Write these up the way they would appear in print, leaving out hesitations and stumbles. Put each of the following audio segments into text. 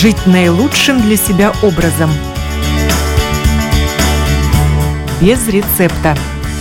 Жить наилучшим для себя образом. Без рецепта.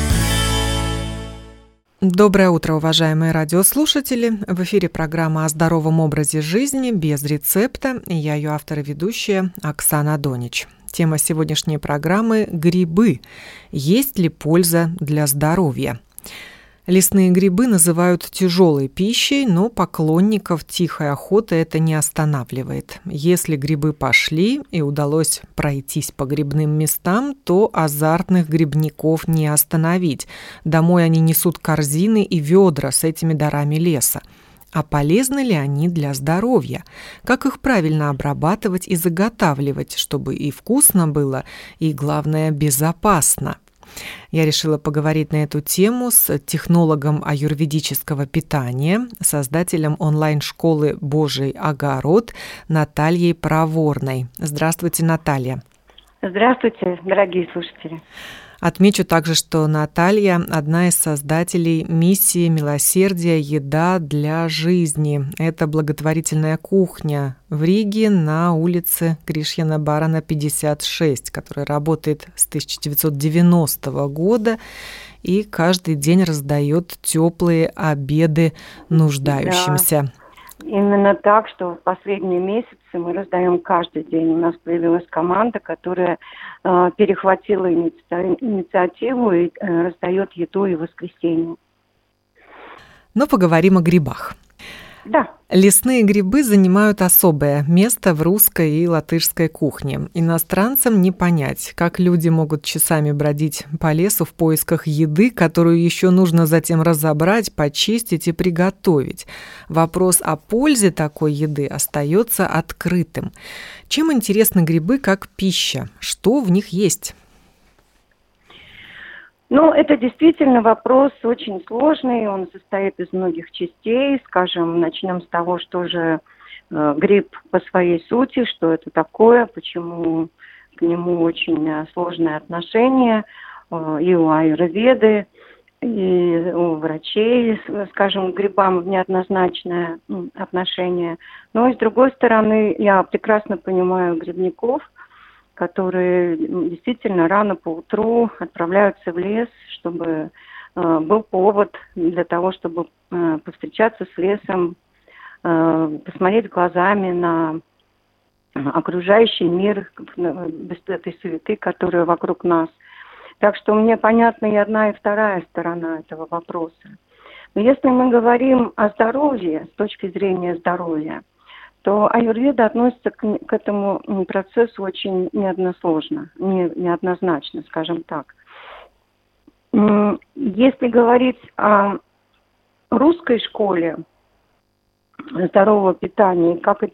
Доброе утро, уважаемые радиослушатели! В эфире программа о здоровом образе жизни без рецепта. И я ее автор и ведущая Оксана Донич. Тема сегодняшней программы – грибы. Есть ли польза для здоровья? Лесные грибы называют тяжелой пищей, но поклонников тихой охоты это не останавливает. Если грибы пошли и удалось пройтись по грибным местам, то азартных грибников не остановить. Домой они несут корзины и ведра с этими дарами леса. А полезны ли они для здоровья? Как их правильно обрабатывать и заготавливать, чтобы и вкусно было, и, главное, безопасно? Я решила поговорить на эту тему с технологом аюрведического питания, создателем онлайн-школы «Божий огород» Натальей Проворной. Здравствуйте, Наталья. Здравствуйте, дорогие слушатели. Отмечу также, что Наталья – одна из создателей миссии милосердия «Еда для жизни». Это благотворительная кухня в Риге на улице Кришьяна-Барана, 56, которая работает с 1990 года и каждый день раздает теплые обеды нуждающимся. Да. Именно так, что в последние месяцы мы раздаем каждый день. У нас появилась команда, которая перехватила инициативу и раздает еду и в воскресенье. Но поговорим о грибах. Да. Лесные грибы занимают особое место в русской и латышской кухне. Иностранцам не понять, как люди могут часами бродить по лесу в поисках еды, которую еще нужно затем разобрать, почистить и приготовить. Вопрос о пользе такой еды остается открытым. Чем интересны грибы как пища? Что в них есть? Это действительно вопрос очень сложный, он состоит из многих частей. Скажем, начнем с того, что же гриб по своей сути, что это такое, почему к нему очень сложное отношение и у аюрведы, и у врачей, скажем, к грибам неоднозначное отношение. Но и с другой стороны, я прекрасно понимаю грибников, которые действительно рано поутру отправляются в лес, чтобы был повод для того, чтобы повстречаться с лесом, посмотреть глазами на окружающий мир, без этой суеты, которая вокруг нас. Так что мне понятна и одна, и вторая сторона этого вопроса. Но если мы говорим о здоровье, с точки зрения здоровья, то аюрведа относится к этому процессу очень неоднозначно, скажем так. Если говорить о русской школе здорового питания, как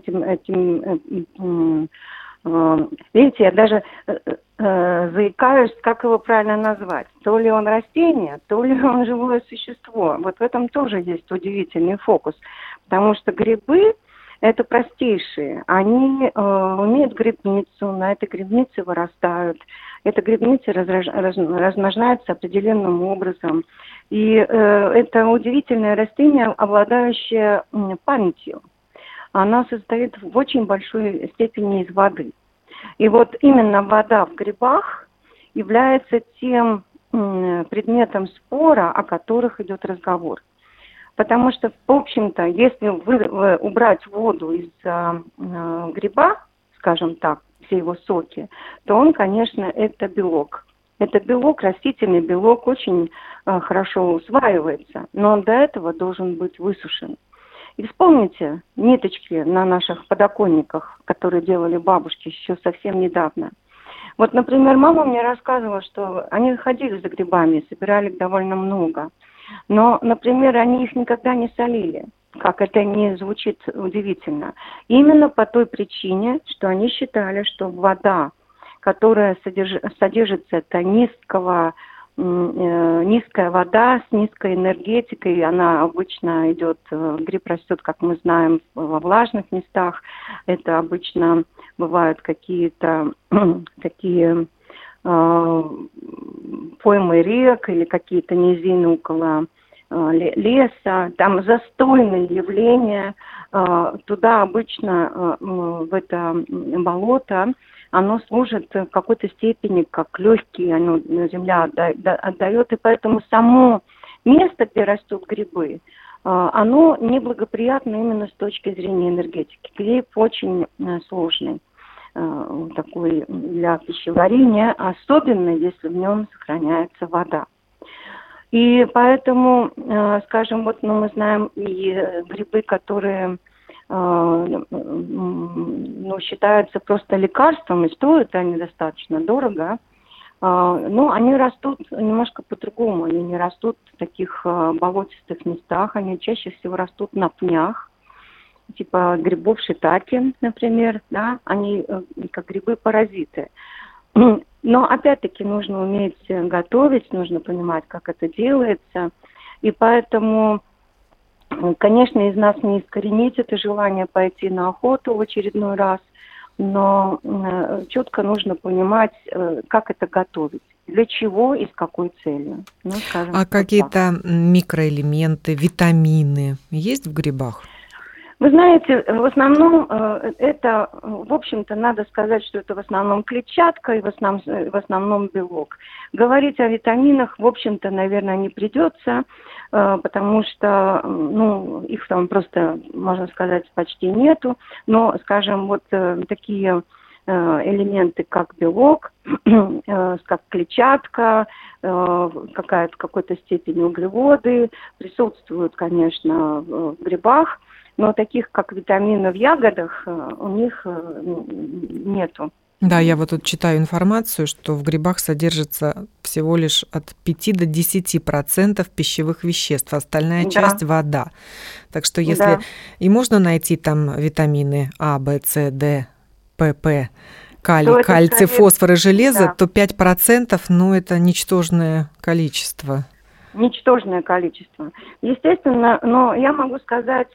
видите, я даже заикаюсь, как его правильно назвать. То ли он растение, то ли он живое существо. Вот в этом тоже есть удивительный фокус, потому что грибы это простейшие. Они умеют грибницу, на этой грибнице вырастают. Эта грибница размножается определенным образом. И это удивительное растение, обладающее памятью. Она состоит в очень большой степени из воды. И вот именно вода в грибах является тем предметом спора, о которых идет разговор. Потому что, в общем-то, если убрать воду из гриба, скажем так, все его соки, то он, конечно, это белок. Это белок, растительный белок, очень хорошо усваивается, но он до этого должен быть высушен. И вспомните ниточки на наших подоконниках, которые делали бабушки еще совсем недавно. Вот, например, мама мне рассказывала, что они ходили за грибами, собирали их довольно много. Но, например, они их никогда не солили, как это не звучит удивительно. Именно по той причине, что они считали, что вода, которая содержится, это низкая вода с низкой энергетикой, она обычно идет, гриб растет, как мы знаем, во влажных местах, это обычно бывают какие-то такие поймы рек или какие-то низины около леса, там застойные явления. Туда обычно, в это болото, оно служит в какой-то степени как легкие, земля отдает, и поэтому само место, где растут грибы, оно неблагоприятно именно с точки зрения энергетики. Гриб очень сложный такой для пищеварения, особенно если в нем сохраняется вода. И поэтому, скажем, мы знаем и грибы, которые считаются просто лекарством, и стоят они достаточно дорого, но они растут немножко по-другому. Они не растут в таких болотистых местах, они чаще всего растут на пнях, типа грибов шитаки, например, да, они как грибы-паразиты. Но опять-таки нужно уметь готовить, нужно понимать, как это делается, и поэтому, конечно, из нас не искоренить это желание пойти на охоту в очередной раз, но четко нужно понимать, как это готовить, для чего и с какой целью. А какие-то микроэлементы, витамины есть в грибах? Вы знаете, в основном это, в общем-то, надо сказать, что это в основном клетчатка и в основном белок. Говорить о витаминах, в общем-то, наверное, не придется, потому что, их там просто, можно сказать, почти нету. Но, скажем, такие элементы, как белок, как клетчатка, в какой-то степени углеводы присутствуют, конечно, в грибах. Но таких, как витамины в ягодах, у них нету. Да, я тут читаю информацию, что в грибах содержится всего лишь от 5 до 10% пищевых веществ, а остальная часть – вода. Так что если и можно найти там витамины А, В, С, Д, ПП, кальций, фосфор и железо, то 5%, это ничтожное количество. Ничтожное количество. Естественно, но я могу сказать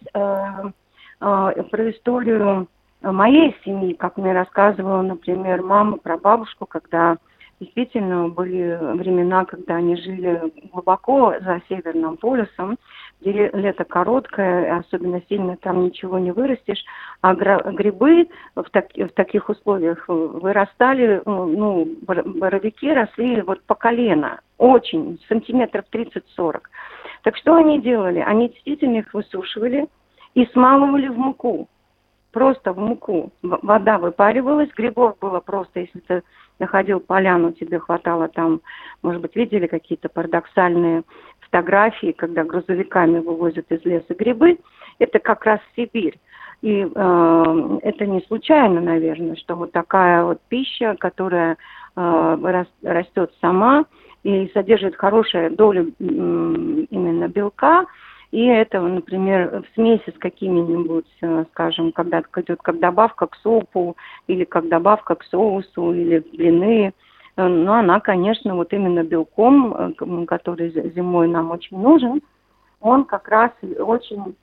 про историю моей семьи, как мне рассказывала, например, мама про бабушку, когда действительно были времена, когда они жили глубоко за Северным полюсом, где лето короткое, особенно сильно там ничего не вырастешь, а грибы в таких условиях вырастали, боровики росли по колено, очень, сантиметров 30-40. Так что они делали? Они действительно их высушивали и смалывали в муку. Просто в муку. Вода выпаривалась, грибов было просто, если ты находил поляну, тебе хватало там, может быть, видели какие-то парадоксальные фотографии, когда грузовиками вывозят из леса грибы. Это как раз Сибирь. И это не случайно, наверное, что такая пища, которая растет сама и содержит хорошую долю именно белка, и это, например, в смеси с какими-нибудь, скажем, когда идет как добавка к супу, или как добавка к соусу, или в блины. Но она, конечно, именно белком, который зимой нам очень нужен, он как раз очень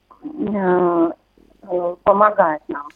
помогает нам.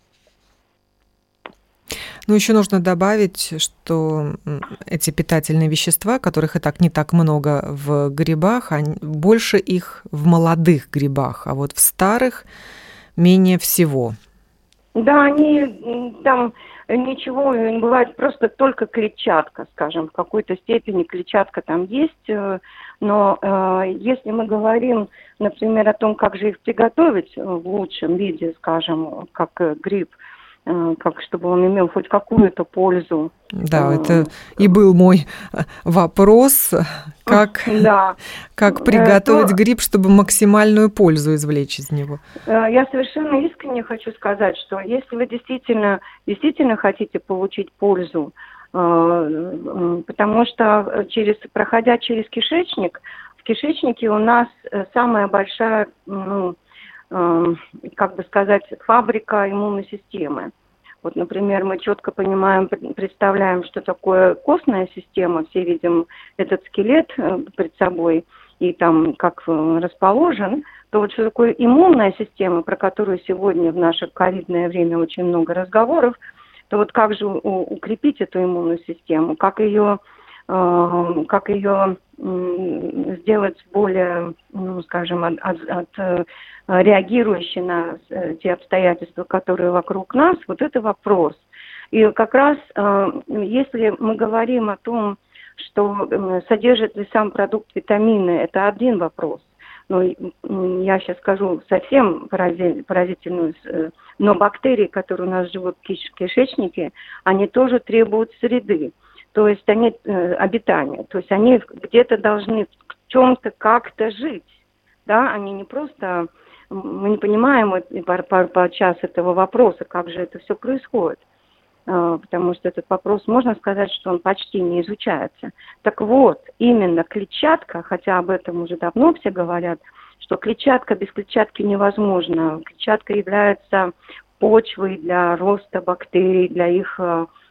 Еще нужно добавить, что эти питательные вещества, которых и так не так много в грибах, больше их в молодых грибах, а в старых менее всего. Да, они там ничего, бывает просто только клетчатка, скажем, в какой-то степени клетчатка там есть, но если мы говорим, например, о том, как же их приготовить в лучшем виде, скажем, как гриб, как чтобы он имел хоть какую-то пользу. Да, это и был мой вопрос, как приготовить гриб, чтобы максимальную пользу извлечь из него. Я совершенно искренне хочу сказать, что если вы действительно хотите получить пользу, потому что проходя через кишечник, в кишечнике у нас самая большая, фабрика иммунной системы. Например, мы четко представляем, что такое костная система, все видим этот скелет перед собой и там как расположен, то что такое иммунная система, про которую сегодня в наше ковидное время очень много разговоров, то как же укрепить эту иммунную систему, как ее сделать более, ну, скажем, реагирующей на те обстоятельства, которые вокруг нас, вот это вопрос. И как раз, если мы говорим о том, что содержит ли сам продукт витамины, это один вопрос. Но я сейчас скажу совсем поразительную, но бактерии, которые у нас живут в кишечнике, они тоже требуют среды, то есть они обитания, то есть они где-то должны в чем-то как-то жить, да, они не просто, мы не понимаем подчас этого вопроса, как же это все происходит. Потому что этот вопрос, можно сказать, что он почти не изучается. Так вот, именно клетчатка, хотя об этом уже давно все говорят, что клетчатка без клетчатки невозможна. Клетчатка является почвой для роста бактерий, для их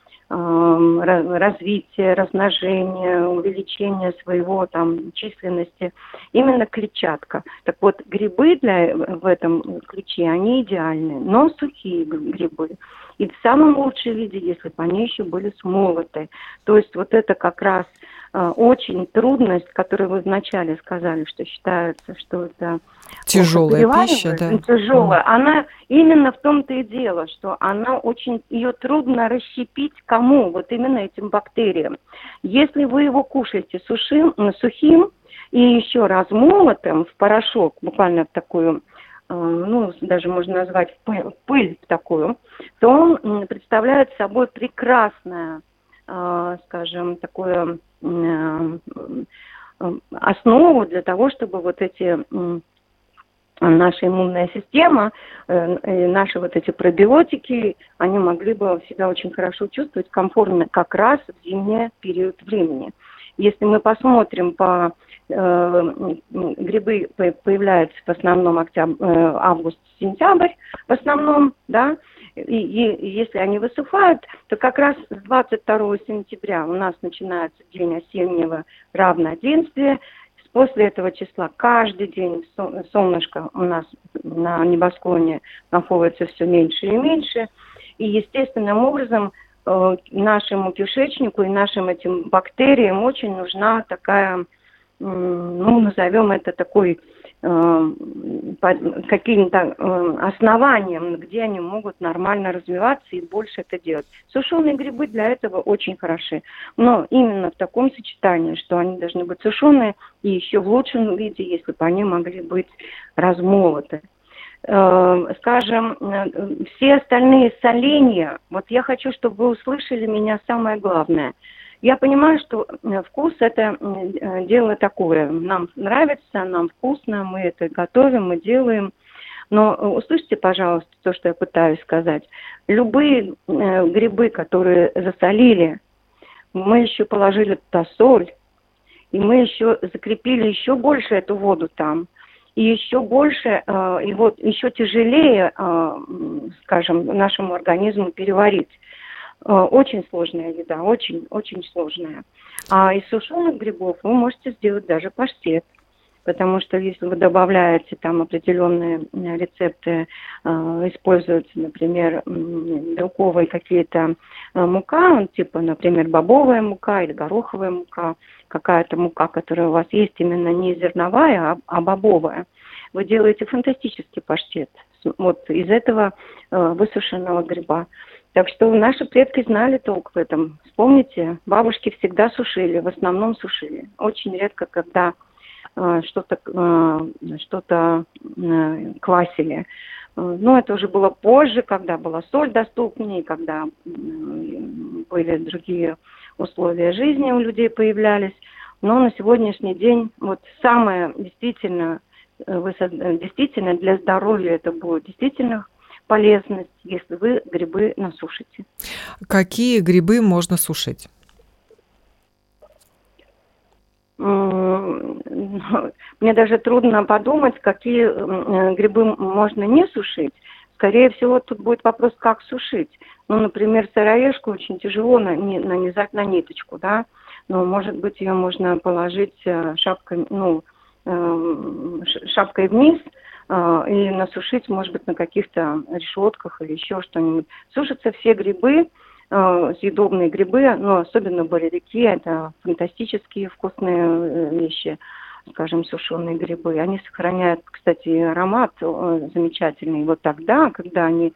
развития, размножения, увеличения своего там численности. Именно клетчатка. Так вот, грибы в этом ключе, они идеальны, но сухие грибы. И в самом лучшем виде, если бы они еще были смолоты. То есть вот это как раз очень трудность, которую вы вначале сказали, что считается, что это тяжелая пища, да. Тяжелая. Она именно в том-то и дело, что она очень, ее трудно расщепить кому? Вот именно этим бактериям. Если вы его кушаете сухим и еще размолотым в порошок, буквально в такую, ну, даже можно назвать пыль такую, то он представляет собой прекрасное, скажем, такое основу для того, чтобы вот эти наша иммунная система, наши вот эти пробиотики, они могли бы себя очень хорошо чувствовать, комфортно как раз в зимний период времени. Если мы посмотрим грибы появляются в основном август-сентябрь, в основном, да, и если они высыхают, то как раз с 22 сентября у нас начинается день осеннего равноденствия. После этого числа каждый день солнышко у нас на небосклоне находится все меньше и меньше. И естественным образом нашему кишечнику и нашим этим бактериям очень нужна такая, ну, назовем это такой, каким-то основанием, где они могут нормально развиваться и больше это делать. Сушеные грибы для этого очень хороши. Но именно в таком сочетании, что они должны быть сушеные и еще в лучшем виде, если бы они могли быть размолоты. Скажем, все остальные соленья, вот я хочу, чтобы вы услышали меня самое главное. Я понимаю, что вкус – это дело такое. Нам нравится, нам вкусно, мы это готовим, мы делаем. Но услышьте, пожалуйста, то, что я пытаюсь сказать. Любые грибы, которые засолили, мы еще положили туда соль, и мы еще закрепили еще больше эту воду там. И еще больше, и вот еще тяжелее, скажем, нашему организму переварить. Очень сложная еда, очень сложная. А из сушеных грибов вы можете сделать даже паштет. Потому что если вы добавляете там определенные рецепты, используются, например, белковые какие-то мука, типа, например, бобовая мука или гороховая мука, какая-то мука, которая у вас есть именно не зерновая, а бобовая, вы делаете фантастический паштет вот из этого высушенного гриба. Так что наши предки знали толк в этом. Вспомните, бабушки всегда сушили, в основном сушили. Очень редко, когда что-то квасили. Но это уже было позже, когда была соль доступнее, когда были другие условия жизни у людей появлялись. Но на сегодняшний день вот самое действительно для здоровья это будет действительно полезность, если вы грибы насушите. Какие грибы можно сушить? Мне даже трудно подумать, какие грибы можно не сушить. Скорее всего, тут будет вопрос, как сушить. Ну, например, сыроежку очень тяжело нанизать на ниточку, да. Но, может быть, ее можно положить шапкой вниз и насушить, может быть, на каких-то решетках или еще что-нибудь. Сушатся все грибы съедобные грибы, но особенно боровики, это фантастические вкусные вещи, скажем, сушеные грибы. Они сохраняют, кстати, аромат замечательный. Вот тогда, когда они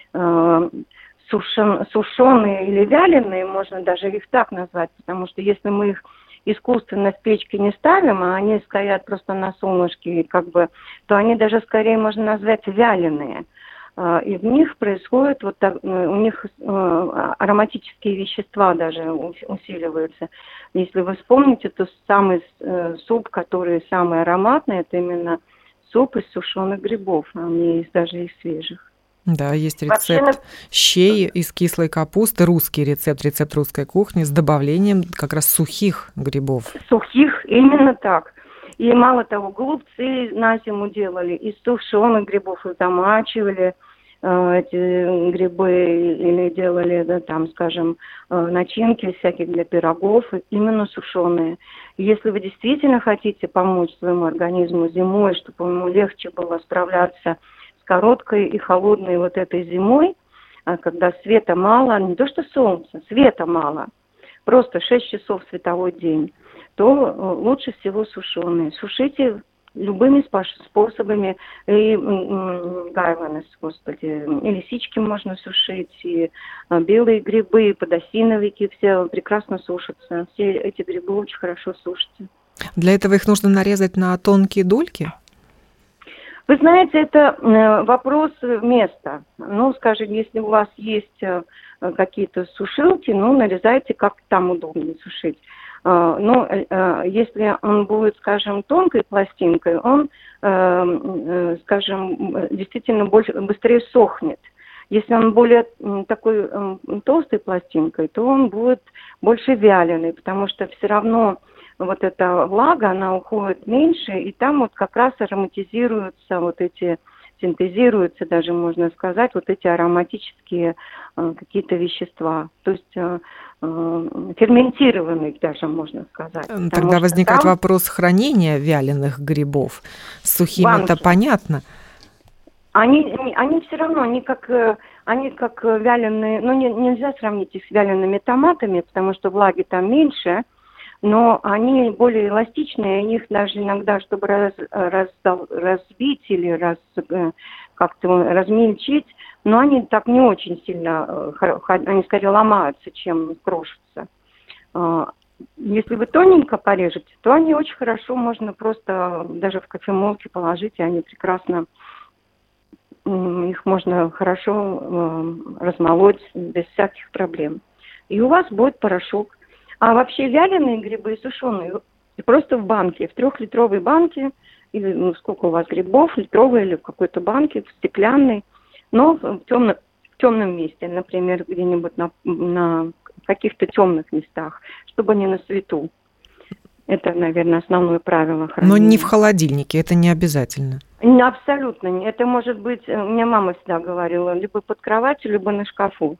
сушеные или вяленые, можно даже их так назвать, потому что если мы их искусственно в печке не ставим, а они стоят просто на солнышке, как бы, то они даже скорее можно назвать вяленые. И в них происходит вот так, у них ароматические вещества даже усиливаются. Если вы вспомните, то самый суп, который самый ароматный, это именно суп из сушеных грибов, а мне есть даже и свежих. Да, есть рецепт щей из кислой капусты, русский рецепт русской кухни с добавлением как раз сухих грибов. Сухих, именно так. И мало того, голубцы на зиму делали, из сушеных грибов и замачивали эти грибы или делали, да, там, скажем, начинки всякие для пирогов, именно сушеные. Если вы действительно хотите помочь своему организму зимой, чтобы ему легче было справляться с короткой и холодной вот этой зимой, когда света мало, не то что солнца, света мало, просто 6 часов световой день, то лучше всего сушеные. Сушите любыми способами, и гайванес, господи, и лисички можно сушить, и белые грибы, и подосиновики, все прекрасно сушатся. Все эти грибы очень хорошо сушатся. Для этого их нужно нарезать на тонкие дольки? Вы знаете, это вопрос места. Ну, скажем, если у вас есть какие-то сушилки, ну, нарезайте, как там удобнее сушить. Но если он будет, скажем, тонкой пластинкой, он, скажем, действительно быстрее сохнет. Если он более такой толстой пластинкой, то он будет больше вяленый, потому что все равно вот эта влага, она уходит меньше, и там вот как раз ароматизируются вот эти, синтезируются даже, можно сказать, вот эти ароматические какие-то вещества. То есть ферментированных даже, можно сказать. Тогда возникает вопрос хранения вяленых грибов. С сухими это понятно. Они все равно, они как вяленые, ну нельзя сравнить их с вялеными томатами, потому что влаги там меньше, но они более эластичные, их даже иногда, чтобы разбить или как-то размельчить, но они так не очень сильно, они скорее ломаются, чем крошатся. Если вы тоненько порежете, то они очень хорошо, можно просто даже в кофемолке положить, и они прекрасно, их можно хорошо размолоть без всяких проблем. И у вас будет порошок. А вообще вяленые грибы и сушеные просто в банке, в 3-литровой банке, или сколько у вас грибов, литровой или в какой-то банке, в стеклянной, но в темном месте, например, где-нибудь на каких-то темных местах, чтобы не на свету. Это, наверное, основное правило хранения. Но не в холодильнике, это не обязательно. Абсолютно не. Это может быть, у меня мама всегда говорила, либо под кроватью, либо на шкафу.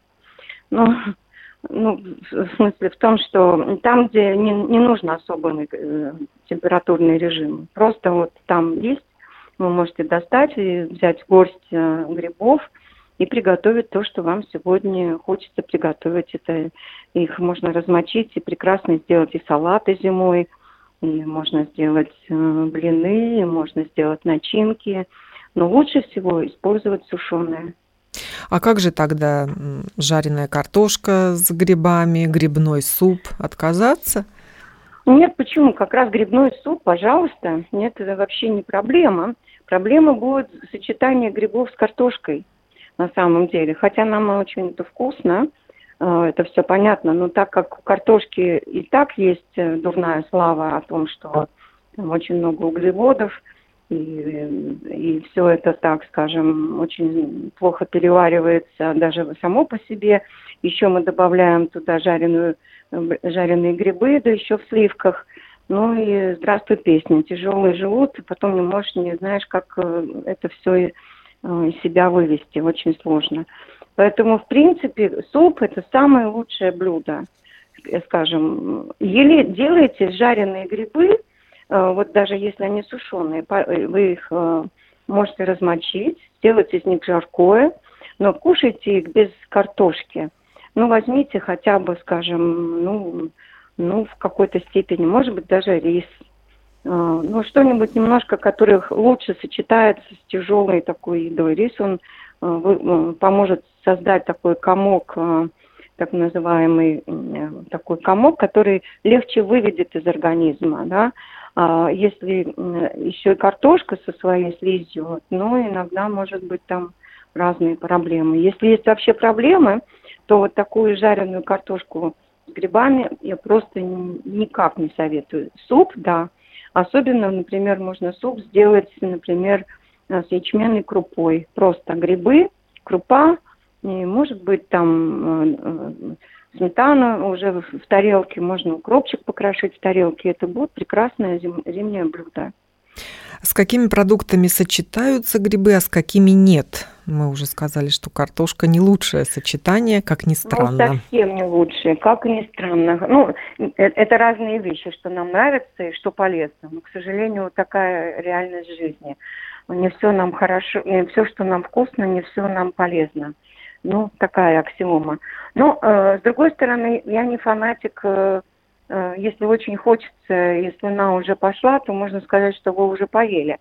В смысле в том, что там, где не нужно особый температурный режим, просто вот там есть, вы можете достать и взять горсть грибов и приготовить то, что вам сегодня хочется приготовить. Это их можно размочить и прекрасно сделать и салаты зимой, и можно сделать блины, и можно сделать начинки, но лучше всего использовать сушеные. А как же тогда жареная картошка с грибами, грибной суп? Отказаться? Нет, почему? Как раз грибной суп, пожалуйста. Нет, это вообще не проблема. Проблема будет сочетание грибов с картошкой на самом деле. Хотя нам очень это вкусно, это все понятно, но так как у картошки и так есть дурная слава о том, что там очень много углеводов, и все это, так скажем, очень плохо переваривается даже само по себе. Еще мы добавляем туда жареные грибы, да еще в сливках. Ну и здравствуй, песня. Тяжелый желудок, и потом не знаешь, как это все из себя вывести. Очень сложно. Поэтому, в принципе, суп – это самое лучшее блюдо. Скажем, или делаете жареные грибы, вот даже если они сушеные, вы их можете размочить, сделать из них жаркое, но кушайте их без картошки. ну, возьмите хотя бы, скажем, в какой-то степени, может быть, даже рис. Ну, что-нибудь немножко, которых лучше сочетается с тяжелой такой едой. Рис, он поможет создать такой комок, так называемый такой комок, который легче выведет из организма, да. Если еще и картошка со своей слизью, ну, иногда может быть там разные проблемы. Если есть вообще проблемы, то вот такую жареную картошку с грибами я просто никак не советую. Суп, да. Особенно, например, можно суп сделать, например, с ячменной крупой. Просто грибы, крупа, и, может быть, там сметана уже в тарелке, можно укропчик покрошить в тарелке. Это будет прекрасное зимнее блюдо. С какими продуктами сочетаются грибы, а с какими нет? Мы уже сказали, что картошка не лучшее сочетание, как ни странно. Ну, совсем не лучшее, как ни странно. Ну, это разные вещи, что нам нравится и что полезно. Но, к сожалению, такая реальность жизни. Не все нам хорошо, не все, что нам вкусно, не все нам полезно. Ну, такая аксиома. Но, с другой стороны, я не фанатик. Если очень хочется, если она уже пошла, то можно сказать, что вы уже поели.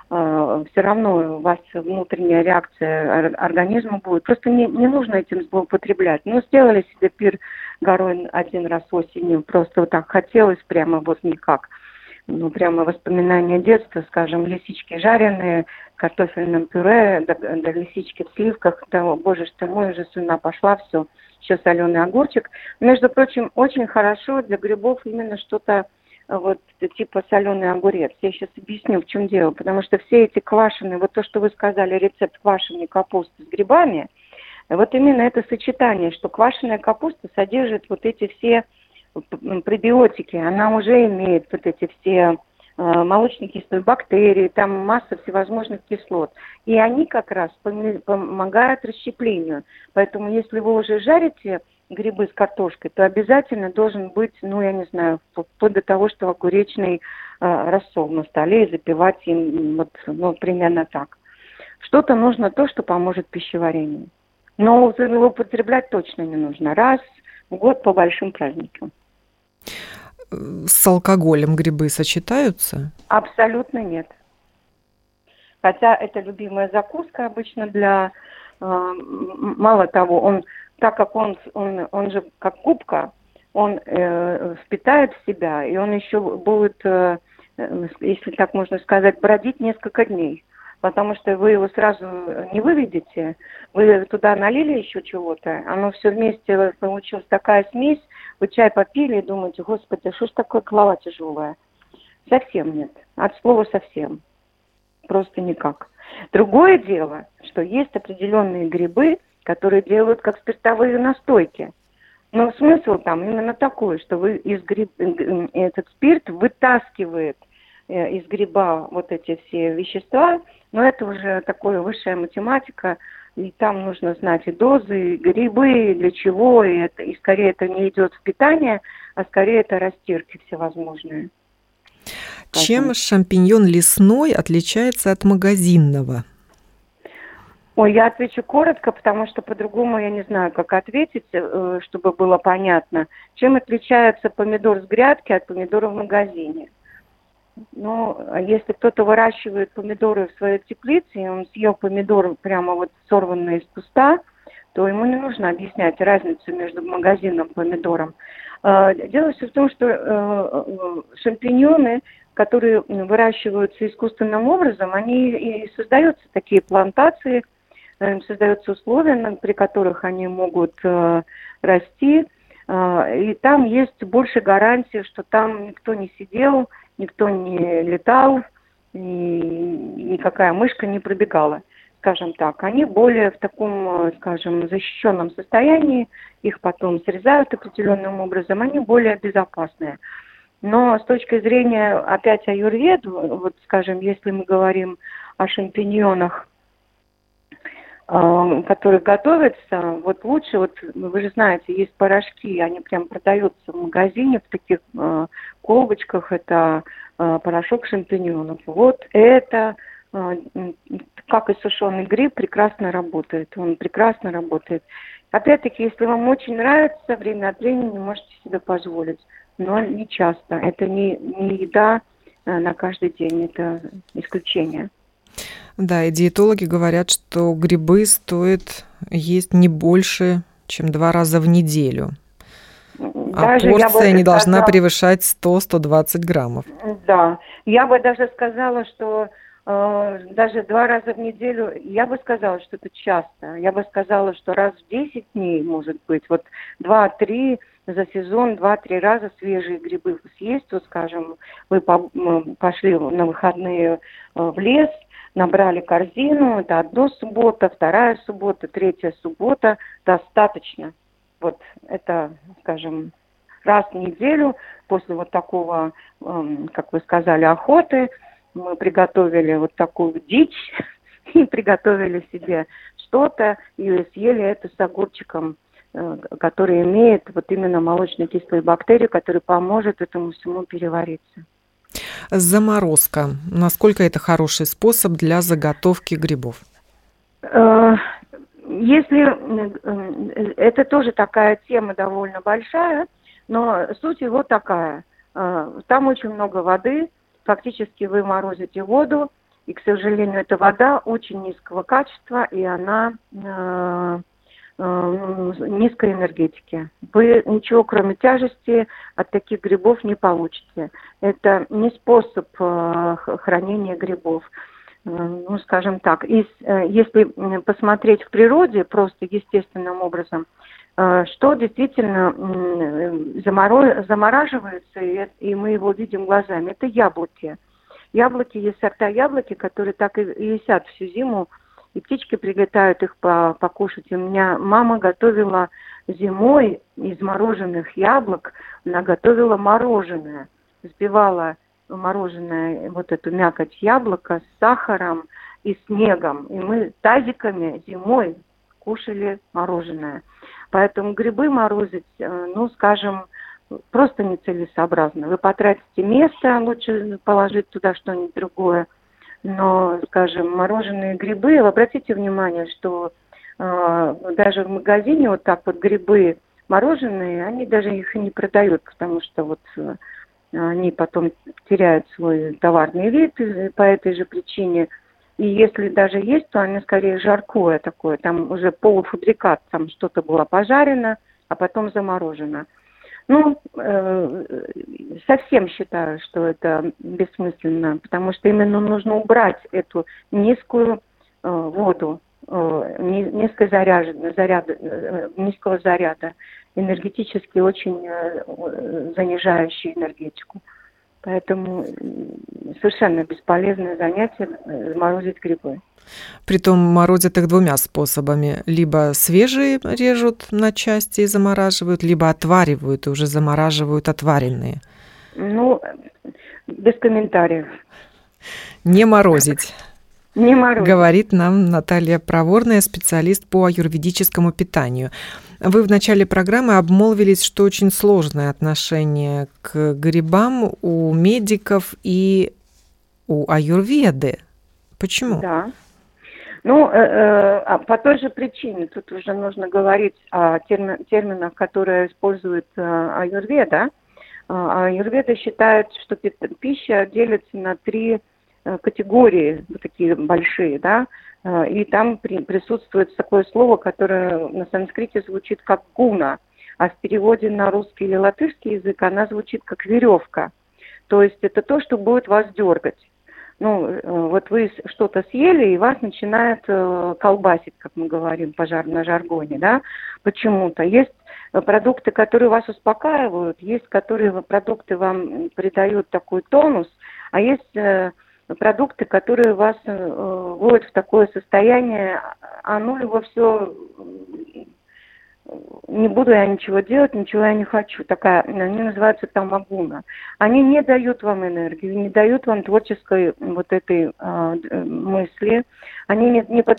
Все равно у вас внутренняя реакция организма будет. Просто не нужно этим злоупотреблять. Ну, сделали себе пир горой один раз осенью, просто вот так хотелось прямо вот никак. Ну, прямо воспоминания детства, скажем, лисички жареные, картофельным пюре, да лисички в сливках. Да, боже ж ты мой, уже слюна пошла, все. Еще соленый огурчик. Между прочим, очень хорошо для грибов именно что-то вот типа соленый огурец. Я сейчас объясню, в чем дело. Потому что все эти квашеные, вот то, что вы сказали, рецепт квашеной капусты с грибами, вот именно это сочетание, что квашеная капуста содержит вот эти все пребиотики. Она уже имеет вот эти все молочные кислоты, бактерии, там масса всевозможных кислот. И они как раз помогают расщеплению. Поэтому если вы уже жарите грибы с картошкой, то обязательно должен быть, ну, я не знаю, вплоть до того, что огуречный рассол на столе и запивать им вот, ну, примерно так. Что-то нужно то, что поможет пищеварению. Но употреблять точно не нужно. Раз в год по большим праздникам. С алкоголем грибы сочетаются? Абсолютно нет. Хотя это любимая закуска обычно для... мало того, так как он же как губка, он впитает в себя, и он еще будет, если так можно сказать, бродить несколько дней. Потому что вы его сразу не выведете, вы туда налили еще чего-то, оно все вместе получилась такая смесь, вы чай попили и думаете, господи, что ж такое голова тяжелая? Совсем нет, от слова совсем, просто никак. Другое дело, что есть определенные грибы, которые делают как спиртовые настойки. Но смысл там именно такой, что вы этот спирт вытаскивает из гриба вот эти все вещества, но это уже такая высшая математика, и там нужно знать и дозы, и грибы, и для чего, и скорее это не идет в питание, а скорее это растирки всевозможные. Чем шампиньон лесной отличается от магазинного? Ой, я отвечу коротко, потому что по-другому я не знаю, как ответить, чтобы было понятно. Чем отличается помидор с грядки от помидора в магазине? Ну, если кто-то выращивает помидоры в своей теплице, и он съел помидор прямо вот сорванный из куста, то ему не нужно объяснять разницу между магазинным помидором. Дело все в том, что шампиньоны, которые выращиваются искусственным образом, они и создаются такие плантации, создаются условия, при которых они могут расти, и там есть больше гарантии, что там никто не сидел, никто не летал, и никакая мышка не пробегала, скажем так. Они более в таком, скажем, защищенном состоянии, их потом срезают определенным образом, они более безопасные. Но с точки зрения опять аюрвед, вот, скажем, если мы говорим о шампиньонах, которые готовятся, вот лучше, вот вы же знаете, есть порошки, они прям продаются в магазине в таких колбочках, это порошок шампиньонов. Вот это, как и сушеный гриб, прекрасно работает, он прекрасно работает. Опять-таки, если вам очень нравится, время от времени можете себе позволить, но не часто. Это не еда на каждый день, это исключение. Да, и диетологи говорят, что грибы стоит есть не больше, чем 2 раза в неделю. А Даже я порция бы не должна сказала, превышать 100-120 граммов. да, я бы даже сказала, что даже 2 раза в неделю, я бы сказала, что это часто. Я бы сказала, что раз в 10 дней, может быть, вот 2-3 за сезон, 2-3 раза свежие грибы съесть. Вот, скажем, вы пошли на выходные в лес, набрали корзину, это одна суббота, вторая суббота, третья суббота, достаточно. Вот это, скажем, раз в неделю после вот такого, как вы сказали, охоты, мы приготовили вот такую дичь и приготовили себе что-то и съели это с огурчиком, который имеет вот именно молочно-кислые бактерии, который поможет этому всему перевариться. Заморозка. Насколько это хороший способ для заготовки грибов? Если это тоже такая тема довольно большая, но суть его такая. Там очень много воды, фактически вы морозите воду, и, к сожалению, эта вода очень низкого качества, и она низкой энергетики. Вы ничего, кроме тяжести, от таких грибов не получите. Это не способ хранения грибов. Ну, скажем так, если посмотреть в природе просто естественным образом, что действительно замораживается, и мы его видим глазами, это яблоки. Яблоки, есть сорта яблоки, которые так и висят всю зиму, и птички прилетают их покушать. И у меня мама готовила зимой из мороженых яблок, она готовила мороженое, взбивала мороженое, вот эту мякоть яблока с сахаром и снегом. И мы тазиками зимой кушали мороженое. Поэтому грибы морозить, ну, скажем, просто нецелесообразно. Вы потратите место, лучше положить туда что-нибудь другое. Но, скажем, мороженые грибы, обратите внимание, что даже в магазине вот так вот грибы мороженые, они даже их и не продают, потому что вот они потом теряют свой товарный вид по этой же причине. И если даже есть, то они скорее жаркое такое, там уже полуфабрикат, там что-то было пожарено, а потом заморожено. Ну, совсем считаю, что это бессмысленно, потому что именно нужно убрать эту низкую воду, низкого заряда, энергетически очень занижающий энергетику. Поэтому совершенно бесполезное занятие морозить грибы. Притом морозят их 2 способами. Либо свежие режут на части и замораживают, либо отваривают и уже замораживают отваренные. Ну, без комментариев. Не морозить. Не морозить. Говорит нам Наталья Проворная, специалист по аюрведическому питанию. Вы в начале программы обмолвились, что очень сложное отношение к грибам у медиков и у аюрведы. Почему? Да. Ну, по той же причине, тут уже нужно говорить о терминах, которые использует аюрведа. Аюрведа считает, что пища делится на 3 категории, вот такие большие, да, и там присутствует такое слово, которое на санскрите звучит как гуна, а в переводе на русский или латышский язык она звучит как веревка. То есть это то, что будет вас дергать. Ну, вот вы что-то съели, и вас начинает колбасить, как мы говорим на жаргоне, да, почему-то. Есть продукты, которые вас успокаивают, есть продукты вам придают такой тонус, а есть продукты, которые вас вводят в такое состояние, а ну его все, не буду я ничего делать, ничего я не хочу. Они называются тамагуна. Они не дают вам энергию, не дают вам творческой вот этой мысли. Они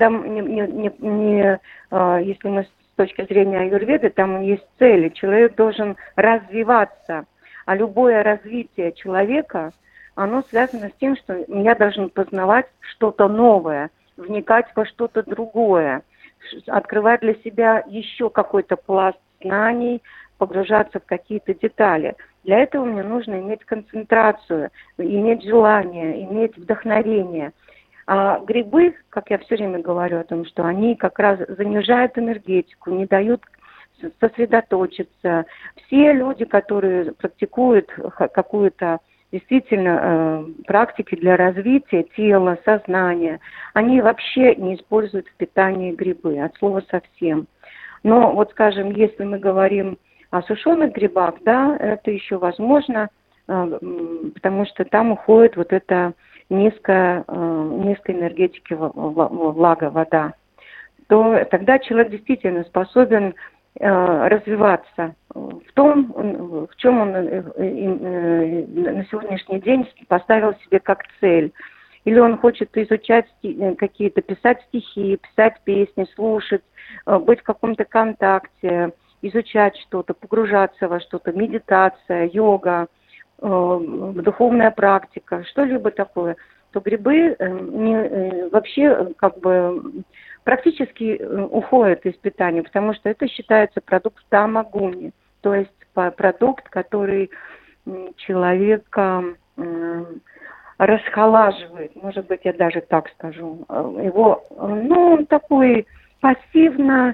если мы с точки зрения аюрведы, там есть цели. Человек должен развиваться, а любое развитие человека, оно связано с тем, что я должен познавать что-то новое, вникать во что-то другое, открывать для себя еще какой-то пласт знаний, погружаться в какие-то детали. Для этого мне нужно иметь концентрацию, иметь желание, иметь вдохновение. А грибы, как я все время говорю о том, что они как раз занижают энергетику, не дают сосредоточиться. Все люди, которые практикуют какую-то действительно практики для развития тела, сознания, они вообще не используют в питании грибы, от слова совсем. Но вот, скажем, если мы говорим о сушеных грибах, да, это еще возможно, потому что там уходит вот эта низкой энергетики влага, вода, то тогда человек действительно способен развиваться в том, в чем он на сегодняшний день поставил себе как цель. Или он хочет изучать какие-то, писать стихи, писать песни, слушать, быть в каком-то контакте, изучать что-то, погружаться во что-то, медитация, йога, духовная практика, что-либо такое, то грибы вообще как бы практически уходят из питания, потому что это считается продукт тамагуни, то есть продукт, который человека расхолаживает, может быть, я даже так скажу. Его, он такой пассивно,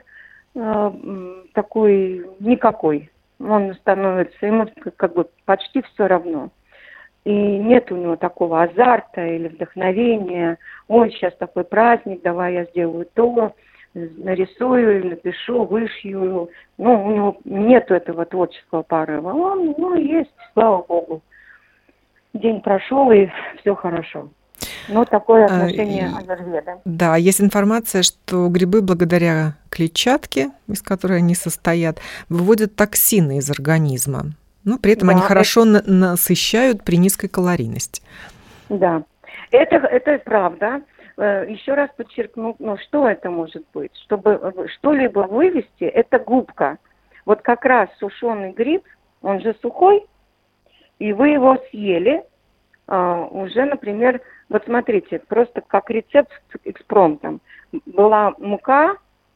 такой никакой. Он становится, ему как бы почти все равно. И нет у него такого азарта или вдохновения. Ой, сейчас такой праздник, давай я сделаю то, нарисую, или напишу, вышью. Ну, у него нет этого творческого порыва. Он есть, слава богу. День прошел, и все хорошо. Ну, такое отношение аюрведы. Да, есть информация, что грибы благодаря клетчатке, из которой они состоят, выводят токсины из организма. Но при этом они хорошо насыщают при низкой калорийности. Да, это правда. Еще раз подчеркну, что это может быть? Чтобы что-либо вывести, это губка. Вот как раз сушеный гриб, он же сухой, и вы его съели, уже, например, вот смотрите, просто как рецепт экспромтом. Была мука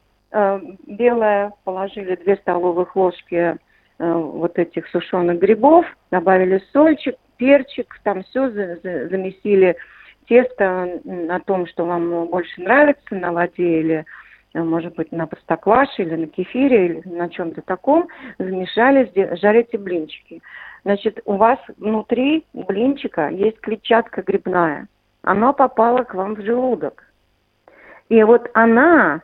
белая, положили 2 столовых ложки вот этих сушеных грибов, добавили сольчик, перчик, там все замесили тесто на том, что вам больше нравится, на воде или, может быть, на простокваше или на кефире или на чем-то таком, замешали, жарите блинчики. Значит, у вас внутри блинчика есть клетчатка грибная. Она попала к вам в желудок. И вот она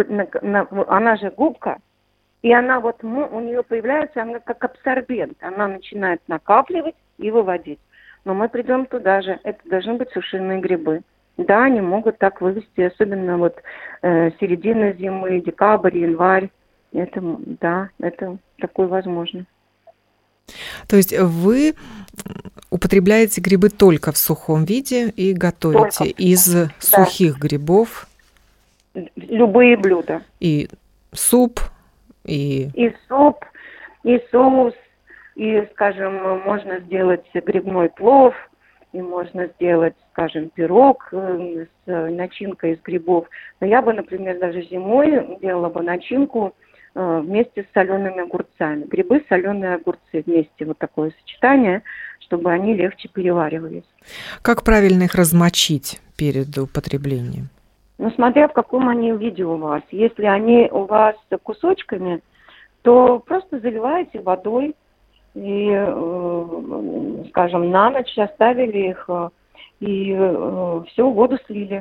же губка, и она вот, у нее появляется, она как абсорбент. Она начинает накапливать и выводить. Но мы придем туда же. Это должны быть сушеные грибы. Да, они могут так вывести, особенно вот середина зимы, декабрь, январь. Это такое возможно. То есть вы употребляете грибы только в сухом виде и готовите из сухих грибов? Любые блюда. И суп, И суп, и соус, и, скажем, можно сделать грибной плов, и можно сделать, скажем, пирог с начинкой из грибов. Но я бы, например, даже зимой делала бы начинку вместе с солеными огурцами. Грибы, соленые огурцы вместе. Вот такое сочетание, чтобы они легче переваривались. Как правильно их размочить перед употреблением? Ну, смотря в каком они виде у вас. Если они у вас кусочками, то просто заливаете водой и, скажем, на ночь оставили их, и все, воду слили.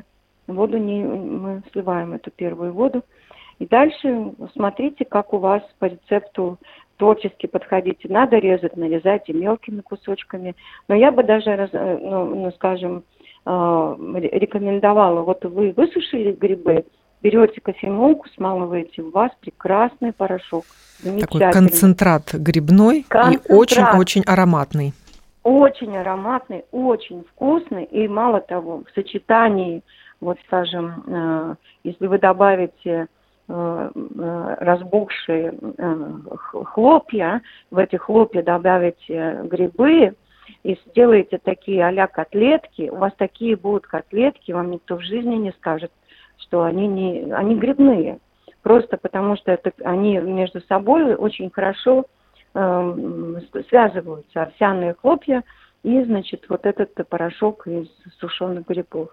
Мы сливаем эту первую воду. И дальше смотрите, как у вас по рецепту творчески подходите. Надо резать, нарезайте мелкими кусочками. Но я бы даже, скажем, рекомендовала, вот вы высушили грибы, берете кофемолку, смалываете, у вас прекрасный порошок. Такой концентрат грибной и очень-очень ароматный. Очень ароматный, очень вкусный, и мало того, в сочетании, вот скажем, если вы добавите разбухшие хлопья, в эти хлопья добавите грибы и сделаете такие а-ля котлетки, у вас такие будут котлетки, вам никто в жизни не скажет, что они грибные. просто потому что они между собой очень хорошо связываются, овсяные хлопья и, значит, вот этот порошок из сушеных грибов.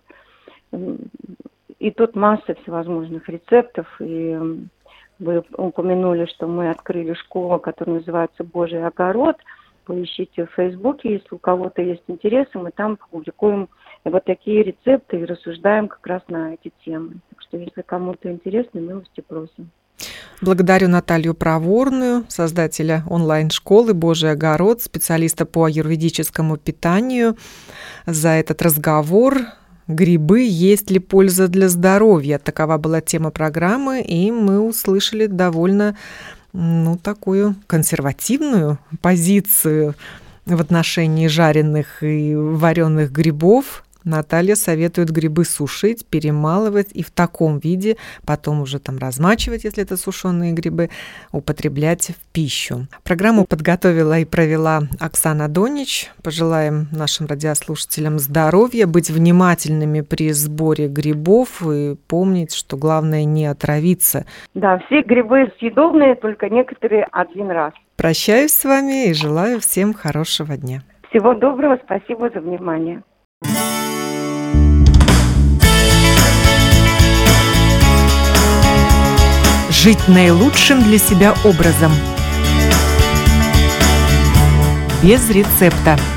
И тут масса всевозможных рецептов, и вы упомянули, что мы открыли школу, которая называется «Божий огород». Поищите в Фейсбуке, если у кого-то есть интересы, мы там публикуем вот такие рецепты и рассуждаем как раз на эти темы. Так что, если кому-то интересно, милости просим. Благодарю Наталью Проворную, создателя онлайн-школы «Божий огород», специалиста по аюрведическому питанию, за этот разговор. Грибы, есть ли польза для здоровья? Такова была тема программы, и мы услышали довольно, такую консервативную позицию в отношении жареных и вареных грибов. Наталья советует грибы сушить, перемалывать и в таком виде, потом уже размачивать, если это сушеные грибы, употреблять в пищу. Программу подготовила и провела Оксана Донич. Пожелаем нашим радиослушателям здоровья, быть внимательными при сборе грибов и помнить, что главное не отравиться. Да, все грибы съедобные, только некоторые один раз. Прощаюсь с вами и желаю всем хорошего дня. Всего доброго, спасибо за внимание. Жить наилучшим для себя образом. Без рецепта.